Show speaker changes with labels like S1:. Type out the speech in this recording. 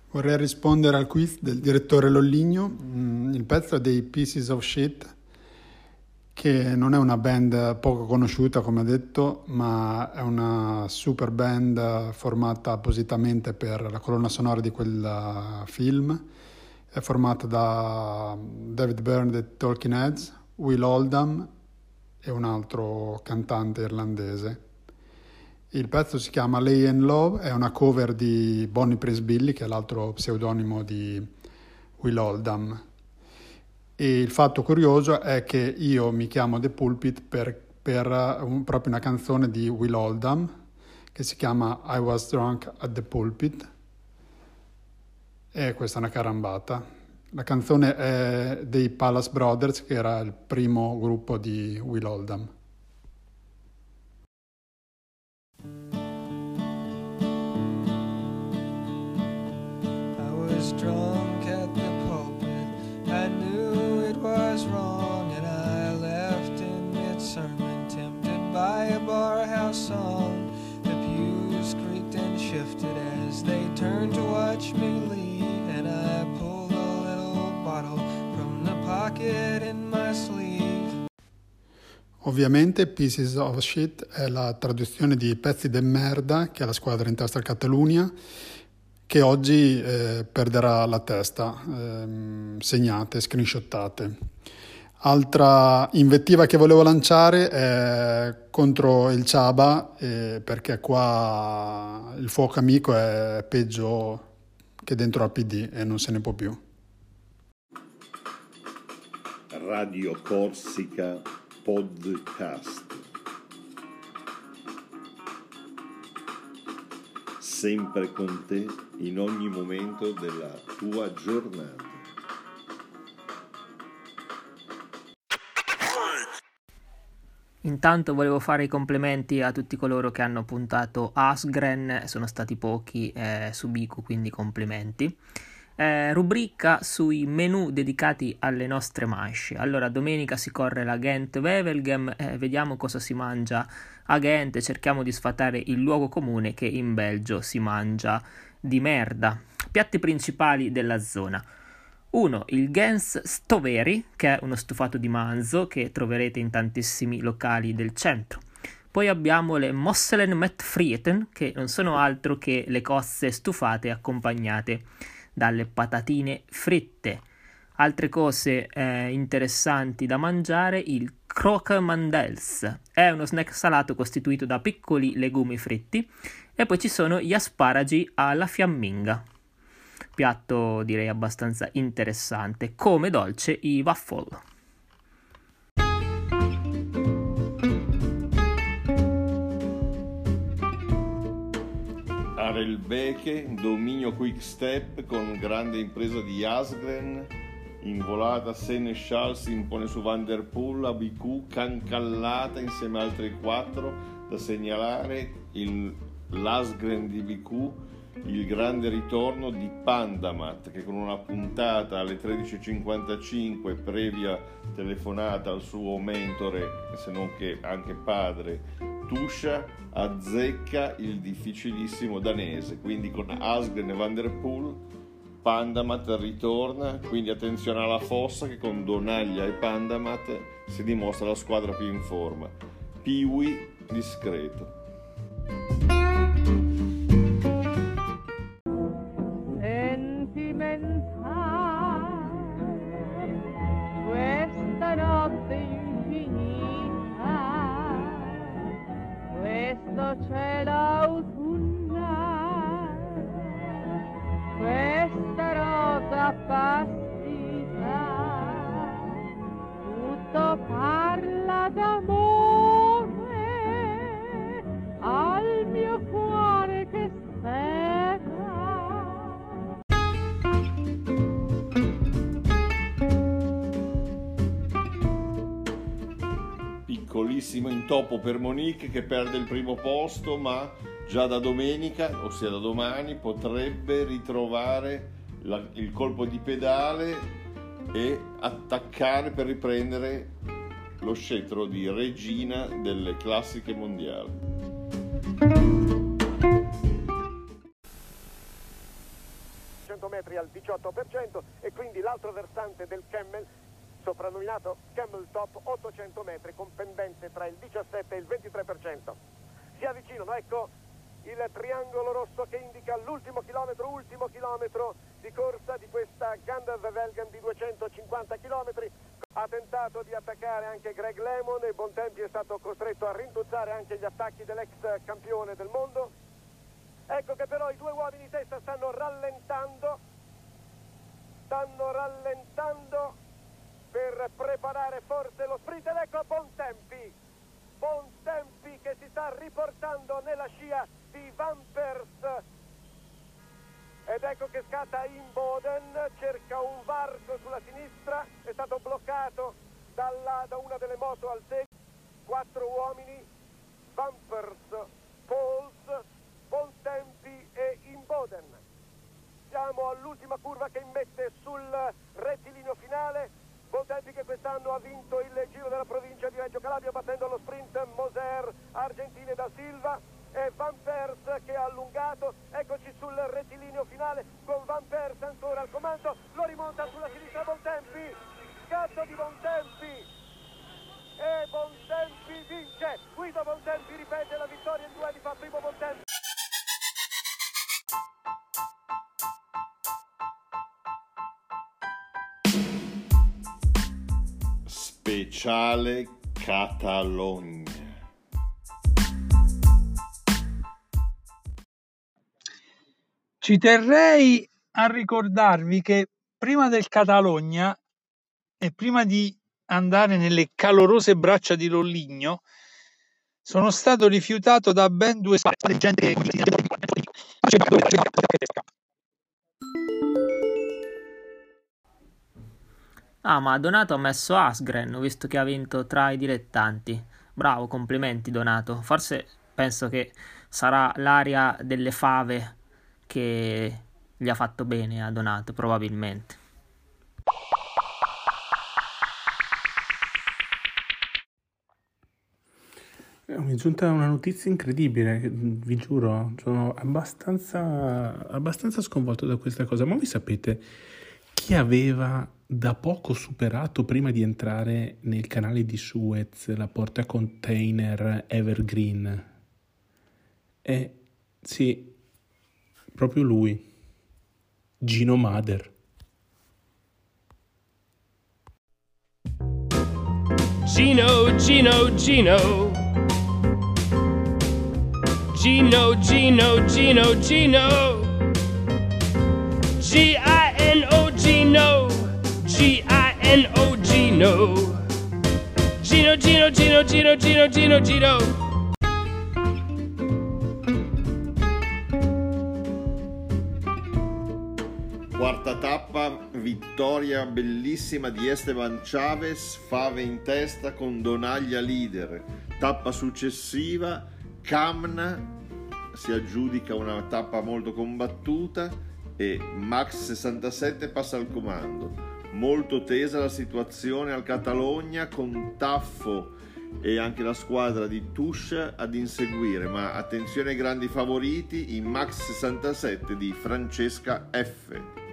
S1: Vorrei rispondere al quiz del direttore Lolligno. Il pezzo è dei Pieces of Shit, che non è una band poco conosciuta, come ha detto, ma è una super band formata appositamente per la colonna sonora di quel film. È formata da David Byrne dei Talking Heads, Will Oldham e un altro cantante irlandese. Il pezzo si chiama Lay and Love, è una cover di Bonnie Prince Billy, che è l'altro pseudonimo di Will Oldham. E il fatto curioso è che io mi chiamo The Pulpit per proprio una canzone di Will Oldham che si chiama I Was Drunk at the Pulpit, e questa è una carambata. La canzone è dei Palace Brothers, che era il primo gruppo di Will Oldham.
S2: I was drunk at the pulpit, I knew it was wrong, and I left in mid-sermon, tempted by a bar house song. The pews creaked and shifted as they turned to watch me leave, and I pulled a little bottle from the pocket in my sleeve.
S1: Ovviamente Pieces of Shit è la traduzione di Pezzi de merda, che è la squadra in testa al Catalunya, che oggi perderà la testa. Segnate, screenshottate. Altra invettiva che volevo lanciare è contro il Ciaba, perché qua il fuoco amico è peggio che dentro al PD e non se ne può più.
S3: Radio Corsica Podcast. Sempre con te in ogni momento della tua giornata.
S4: Intanto volevo fare i complimenti a tutti coloro che hanno puntato Asgren, sono stati pochi su Biku, quindi complimenti. Rubrica sui menù dedicati alle nostre masce. Allora, domenica si corre la Ghent-Wevelgem, vediamo cosa si mangia a Ghent, cerchiamo di sfatare il luogo comune che in Belgio si mangia di merda. Piatti principali della zona. 1. Il Gens Stoveri, che è uno stufato di manzo che troverete in tantissimi locali del centro. Poi abbiamo le Mosselen met Frieten, che non sono altro che le cozze stufate accompagnate dalle patatine fritte. Altre cose interessanti da mangiare: il croquemandels, è uno snack salato costituito da piccoli legumi fritti, e poi ci sono gli asparagi alla fiamminga, piatto direi abbastanza interessante. Come dolce i waffle.
S3: Arelbeke, dominio Quick Step con grande impresa di Asgren. In volata Seneschal si impone su Van der Poel, a BQ cancallata insieme a altri 4 da segnalare l'Asgren di BQ, il grande ritorno di Pandamat, che con una puntata alle 13.55 previa telefonata al suo mentore, se non che anche padre Tuscia, azzecca il difficilissimo danese. Quindi con Asgren e Van der Poel Pandamat ritorna, quindi attenzione alla fossa, che con Donaglia e Pandamat si dimostra la squadra più in forma. Piwi discreto.
S5: Questa notte infinita, questo cielo autunnale, questa rosa appassita, tutto parla d'amore al mio cuore che spera.
S3: Piccolissimo intoppo per Monique, che perde il primo posto, ma già da domenica, ossia da domani, potrebbe ritrovare il colpo di pedale e attaccare per riprendere lo scettro di regina delle classiche mondiali.
S6: metri al 18% e quindi l'altro versante del Camel, soprannominato Camel Top, 800 metri con pendente tra il 17 e il 23%. Si avvicinano, ecco il triangolo rosso che indica l'ultimo chilometro di corsa di questa Gandervevelgen di 250 km. Ha tentato di attaccare anche Greg LeMond e Bontempi è stato costretto a rintuzzare anche gli attacchi dell'ex campione del mondo. Ecco che però i due uomini di testa stanno rallentando per preparare forse lo sprint, ed ecco Bontempi che si sta riportando nella scia di Van Persie, ed ecco che scatta in Boden, cerca un varco sulla sinistra, è stato bloccato da una delle moto al seguito. 4 uomini, Van Persie, Poels, Bontempi e Imboden. Siamo all'ultima curva che immette sul rettilineo finale. Bontempi che quest'anno ha vinto il Giro della provincia di Reggio Calabria battendo allo sprint Moser, Argentini e Da Silva, e Van Persie che ha allungato. Eccoci sul rettilineo finale con Van Persie ancora al comando, lo rimonta sulla sinistra Bontempi, scatto di Bontempi e Bontempi vince. Guido Bontempi ripete la vittoria in 2 anni fa, primo Bontempi.
S3: Speciale Catalogna.
S7: Ci terrei a ricordarvi che prima del Catalogna e prima di andare nelle calorose braccia di Lolligno sono stato rifiutato da ben 2 gente.
S4: Ah, ma Donato ha messo Asgren, visto che ha vinto tra i dilettanti. Bravo, complimenti Donato. Forse penso che sarà l'aria delle fave che gli ha fatto bene a Donato, probabilmente.
S8: Mi è giunta una notizia incredibile, vi giuro, sono abbastanza sconvolto da questa cosa. Ma voi sapete chi aveva da poco superato, prima di entrare nel canale di Suez, la porta container Evergreen? Sì, proprio lui, Gino Mader.
S9: Gino, Gino, Gino. Gino, Gino, Gino, Gino. G-I-N-O, Gino. G-I-N-O, Gino. Gino, Gino, Gino, Gino, Gino, Gino, Gino.
S3: Quarta tappa, vittoria bellissima di Esteban Chavez, fave in testa con Donaglia leader. Tappa successiva, Camna si aggiudica una tappa molto combattuta e Max 67 passa al comando. Molto tesa la situazione al Catalogna con Taffo e anche la squadra di Tush ad inseguire, ma attenzione ai grandi favoriti, i Max 67 di Francesca F.